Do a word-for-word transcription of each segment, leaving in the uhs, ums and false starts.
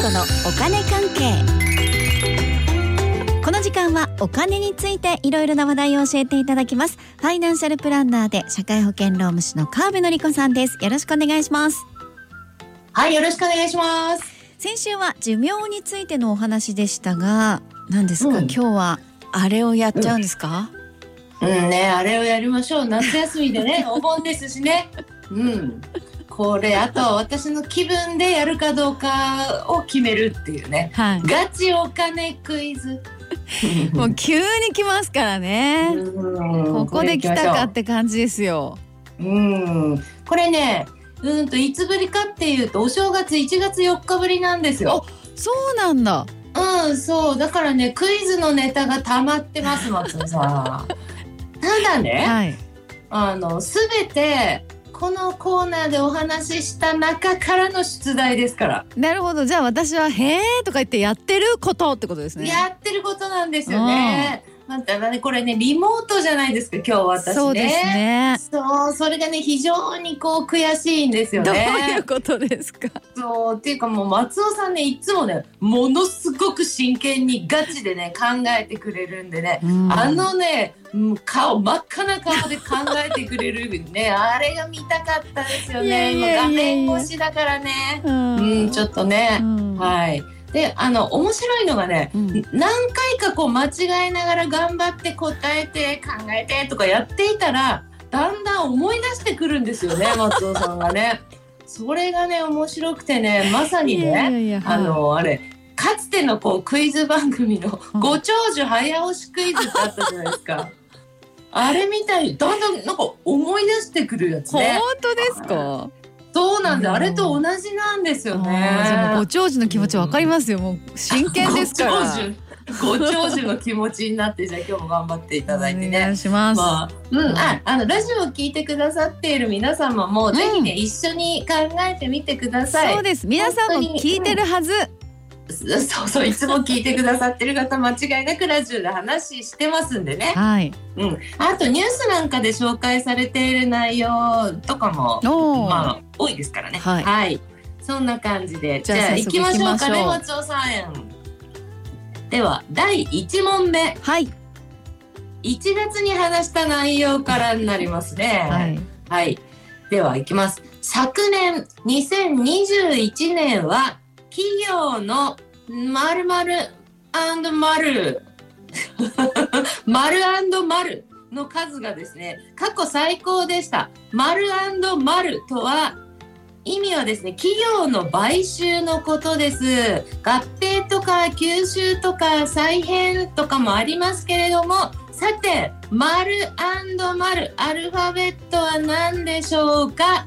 子のお金関係。この時間はお金についていろいろな話題を教えていただきます。ファイナンシャルプランナーで社会保険労務士の川辺典子さんです。よろしくお願いします。 はい、よろしくお願いします。 先週は寿命についてのお話でしたが、何ですか、うん、今日はあれをやっちゃうんですか？ うん、うんね、あれをやりましょう。夏休みでねお盆ですしね。うんこれあと私の気分でやるかどうかを決めるっていうね、はい、ガチお金クイズもう急に来ますからね。うんここで来たかって感じですよ。 うんこれねうんといつぶりかっていうとお正月いちがつよっかぶりなんですよ。 あ、そうなんだ。 うんそうだからねクイズのネタが溜まってます松尾さんただね、はい、あのすべてこのコーナーでお話しした中からの出題ですから。 なるほど。じゃあ私はへーとか言ってやってることってことですね。 やってることなんですよね。またねこれねリモートじゃないですか今日私ね。 そうですね。 そうそれがね非常にこう悔しいんですよね。 どういうことですか？ そうっていうかもう松尾さんねいつもねものすごく真剣にガチでね考えてくれるんでね、うん、あのね顔真っ赤な顔で考えてくれるねあれが見たかったですよね。いやいやいやいや画面越しだからね、うん、うんちょっとね、うん、はいであの面白いのがね、うん、何回かこう間違えながら頑張って答えて考えてとかやっていたらだんだん思い出してくるんですよね松尾さんがねそれがね面白くてねまさにねいやいやいやあのあれかつてのこうクイズ番組のご長寿早押しクイズってあったじゃないですかあれみたいにだんだんなんか思い出してくるやつね。 本当ですか？ そうなんで、あれと同じなんですよね。 でもご長寿の気持ちわかりますよ、うん、もう真剣ですからご長寿の気持ちになってじゃあ今日も頑張っていただいてねお願いします、まあうん、ああのラジオを聞いてくださっている皆様も、うん、ぜひね一緒に考えてみてください。 そうです皆さんも聞いてるはず、 うん、そうそういつも聞いてくださってる方間違いなくラジオで話してますんでね、 はいうん、あとニュースなんかで紹介されている内容とかもまあ多いですからね、はい、はい、そんな感じでじゃあ行きましょうかね松尾さん。ではだいいち問目、 はい、 いちがつに話した内容からになりますねはい、はい、では行きます。昨年にせんにじゅういちねんは企業の〇〇&〇〇&〇の数がですね過去最高でした。〇&〇とは意味はですね企業の買収のことです。合併とか吸収とか再編とかもありますけれども、さて〇&〇アルファベットは何でしょうか？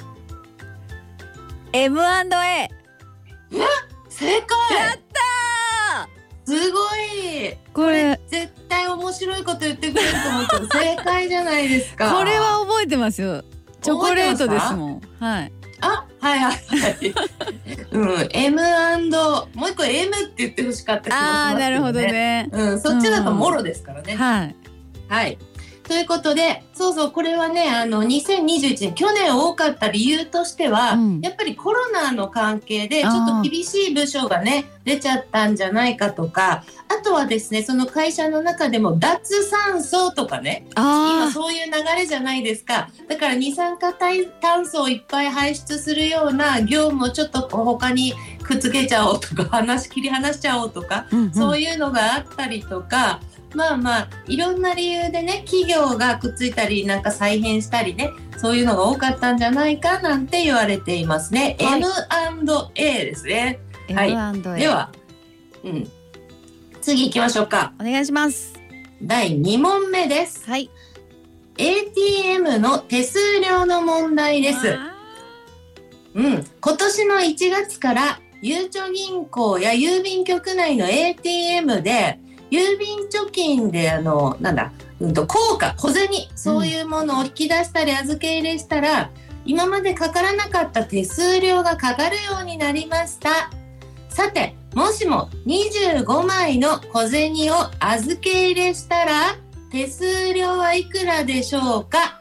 エムアンドエー。 うわ正解。 やったーすごい。 これ絶対面白いこと言ってくれると思ったら正解じゃないですか。 これは覚えてますよ。チョコレートですもん。はいあ、はいはいはい。うん、エム& もう一個 エム って言ってほしかった気がしますけどね。あー、なるほどね。うん、そっちだともろですからね。うん、はい。はい。ということで、そうそう、これはね、あの、にせんにじゅういちねん、去年多かった理由としては、うん、やっぱりコロナの関係で、ちょっと厳しい部署がね、出ちゃったんじゃないかとか、あとはですね、その会社の中でも脱酸素とかね、今そういう流れじゃないですか。だから二酸化炭素をいっぱい排出するような業務をちょっと他にくっつけちゃおうとか、話切り離しちゃおうとか、うんうん、そういうのがあったりとか、まあまあいろんな理由でね企業がくっついたりなんか再編したりねそういうのが多かったんじゃないかなんて言われていますね、はい、エム&エー ですね。はい、エムアンドエー では、うん、次行きましょうか。 お願いします。 だいに問目です。 はい、 エーティーエム の手数料の問題です。うん、今年のいちがつからゆうちょ銀行や郵便局内の エーティーエム で郵便貯金であのなんだ、うんと硬貨小銭そういうものを引き出したり預け入れしたら、うん、今までかからなかった手数料がかかるようになりました。さてもしもにじゅうごまいの小銭を預け入れしたら手数料はいくらでしょうか？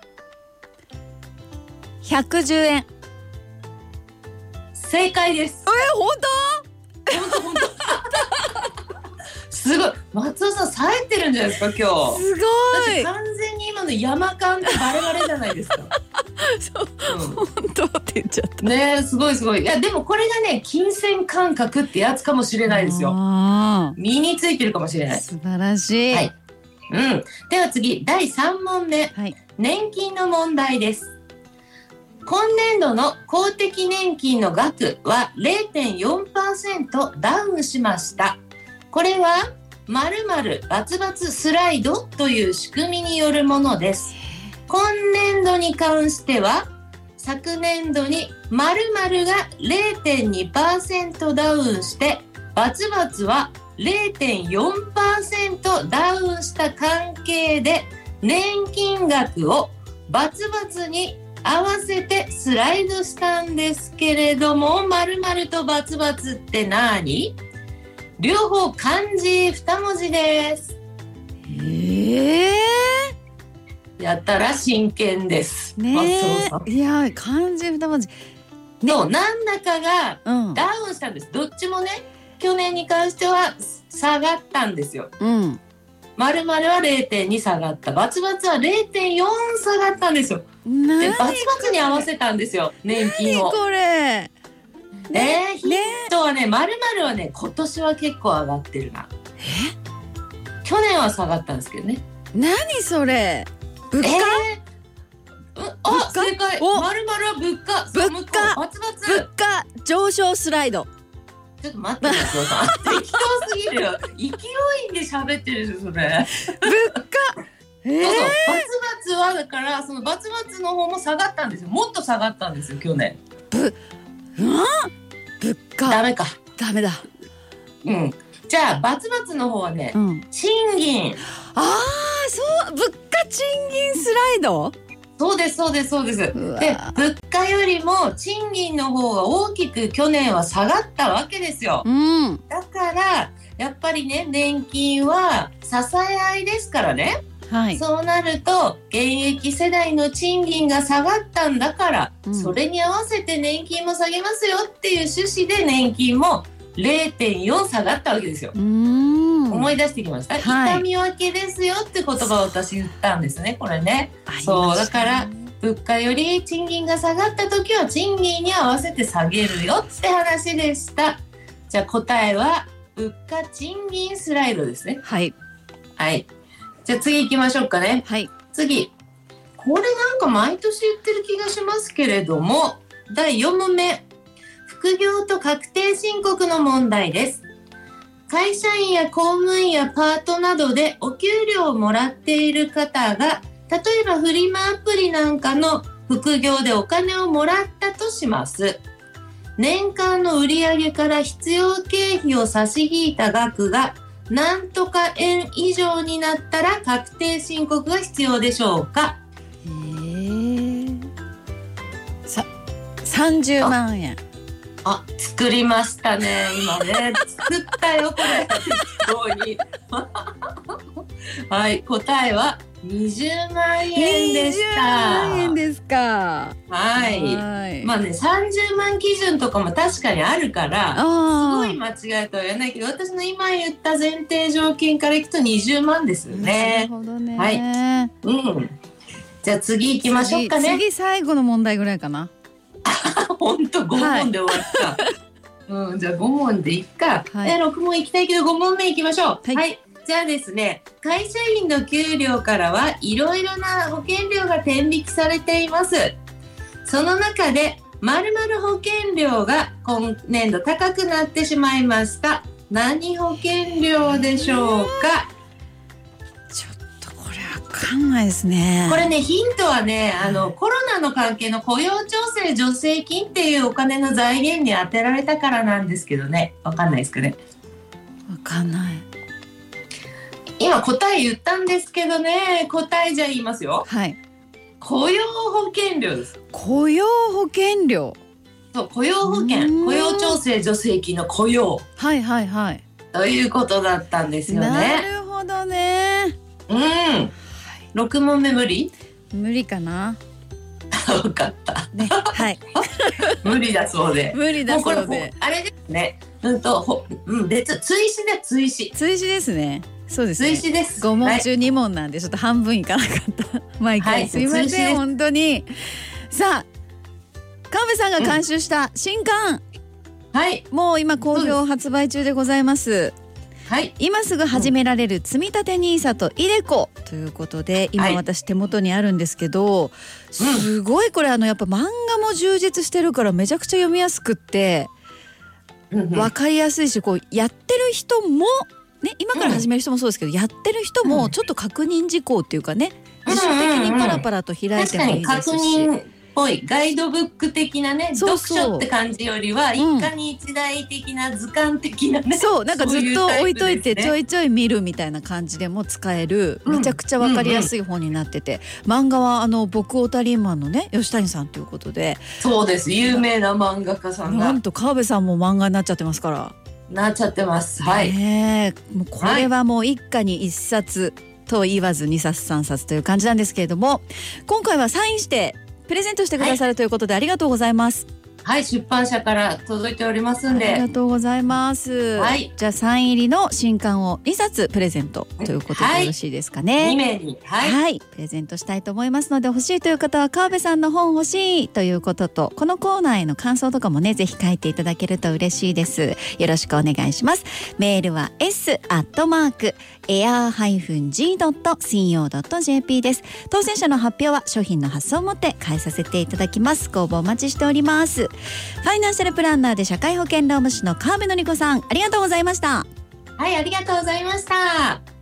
ひゃくじゅうえん。 正解です。 え、本当？ 松尾さん冴えてるんじゃないですか今日。 すごい。だって完全に今の山感ってバレバレじゃないですか。 そう、うん、本当って言っちゃったね。すごいすごい。いやでもこれがね金銭感覚ってやつかもしれないですよ。身についてるかもしれない。 素晴らしい。 はい。うん。では次だいさん問目、はい、年金の問題です。今年度の公的年金の額は れいてんよんパーセント ダウンしました。これは〇〇バツバツスライドという仕組みによるものです。今年度に関しては昨年度に〇〇が れいてんにパーセント ダウンしてバツバツは れいてんよんパーセント ダウンした関係で年金額をバツバツに合わせてスライドしたんですけれども、〇〇とバツバツって何？両方漢字二文字です。 えー、 やったら真剣です。 ねえ。いや漢字二文字。 の何らかがダウンしたんです。うん、どっちもね、去年に関しては下がったんですよ。うん。〇〇は れいてんに 下がった。バツバツは れいてんよん 下がったんですよ。でバツバツに合わせたんですよ年金を。 何これ。 ねえ、ヒントはね、〇〇はね今年は結構上がってるな。え？去年は下がったんですけどね。 何それ？物価？ えー、あ、正解。〇〇は物価。 物価。バツバツ。物価上昇スライド。 ちょっと待ってください。適当すぎるよ。勢いで喋ってるでしょそれ。物価。えー、そうそう。バツバツはだからそのバツバツの方も下がったんですよ。もっと下がったんですよ去年。 ぶ、うん？物価。 ダメか。 ダメだ。 うん。じゃあバツバツの方はね、うん、賃金。 ああ、そう、物価賃金スライド。 そうですそうですそうです。で物価よりも賃金の方が大きく去年は下がったわけですよ。うん、だからやっぱりね年金は支え合いですからね。はい、そうなると現役世代の賃金が下がったんだから、うん、それに合わせて年金も下げますよっていう趣旨で年金も れいてんよん 下がったわけですよ。うーん、思い出してきました、はい、痛み分けですよって言葉を私言ったんですねこれね。そうだから物価より賃金が下がった時は賃金に合わせて下げるよって話でした。じゃあ答えは物価賃金スライドですね。はいはい。じゃあ次行きましょうかね。はい。次。これなんか毎年言ってる気がしますけれども、だいよん問目。副業と確定申告の問題です。会社員や公務員やパートなどでお給料をもらっている方が、例えばフリマアプリなんかの副業でお金をもらったとします。年間の売上から必要経費を差し引いた額がなんとか円以上になったら確定申告が必要でしょうか。 へー、ささんじゅうまんえん。 あ、作りましたね今ね。作ったよこれ適当に。はい、答えはにじゅうまんえんでした。にじゅうまんえんですか。 はい。はいまあね、さんじゅうまん基準とかも確かにあるからすごい間違いとは言わないけど、私の今言った前提条件からいくとにじゅうまんですよね。なるほどね。はい。うん。じゃあ次行きましょうかね。 次、次最後の問題ぐらいかな。 本当ご問で終わった。はい、うん、じゃあご問でいっか。はい、えろく問行きたいけどご問目行きましょう。はい。はい、じゃあですね、会社員の給料からはいろいろな保険料が天引きされています。その中で〇〇保険料が今年度高くなってしまいました。何保険料でしょうか。 ちょっとこれわかんないですね。 これね、ヒントはね、あのコロナの関係の雇用調整助成金っていうお金の財源に充てられたからなんですけどね。わかんないですかね。 わかんない。 今答え言ったんですけどね。答えじゃ言いますよ。はい。雇用保険料です。 雇用保険料。 そう、雇用保険、雇用調整助成金の雇用。 はいはいはい。 ということだったんですよね。 なるほどね。 うん。ろく問目無理？ 無理かな。 分かった。 ね、はい。 無理だそうで。 無理だそうで。 あれですね。うんと、ほ、うん、別追試で追試。 追試ですね。 そうですね。 追試です。 ご問中に問なんでちょっと半分いかなかった毎回、はい、すいません本当に。さあ川辺さんが監修した新刊、 うん、はい、 もう今好評発売中でございます。 はい、 今すぐ始められる積み立て ニーサ とイデコということで今私手元にあるんですけど、はい、すごいこれあのやっぱ漫画も充実してるからめちゃくちゃ読みやすくって分かりやすいし、こうやってる人もね、今から始める人もそうですけど、やってる人もちょっと確認事項っていうかね、自主的にパラパラと開いてもいいですし、 ぽいガイドブック的なね、 そうそう読書って感じよりは、うん、一家に一台的な図鑑的なね、 そうなんかずっと置いといてちょいちょい見るみたいな感じでも使える、うん、めちゃくちゃ分かりやすい本になってて、うんうん、漫画はあの僕オタリンマンのね吉谷さんということで、 そうです、有名な漫画家さんが、 なんと川辺さんも漫画になっちゃってますから。 なっちゃってます。はい、 ね、もうこれはもう一家に一冊と言わず二冊三冊という感じなんですけれども、今回はサインしてプレゼントしてくださるということで、ありがとうございます。 はい、出版社から届いておりますんで、 ありがとうございます、はい、じゃあサイン入りの新刊をにさつプレゼントということでよろしいですかね。 はい、にめいに、はいはい、プレゼントしたいと思いますので、欲しいという方は川辺さんの本欲しいということと、このコーナーへの感想とかもねぜひ書いていただけると嬉しいです。よろしくお願いします。メールは エス アットマーク エアー ジー ドット シーオー ドット ジェーピー です。当選者の発表は商品の発送をもって返させていただきます。ご応募お待ちしております。ファイナンシャルプランナーで社会保険労務士の川辺典子さん、ありがとうございました。 はい、ありがとうございました。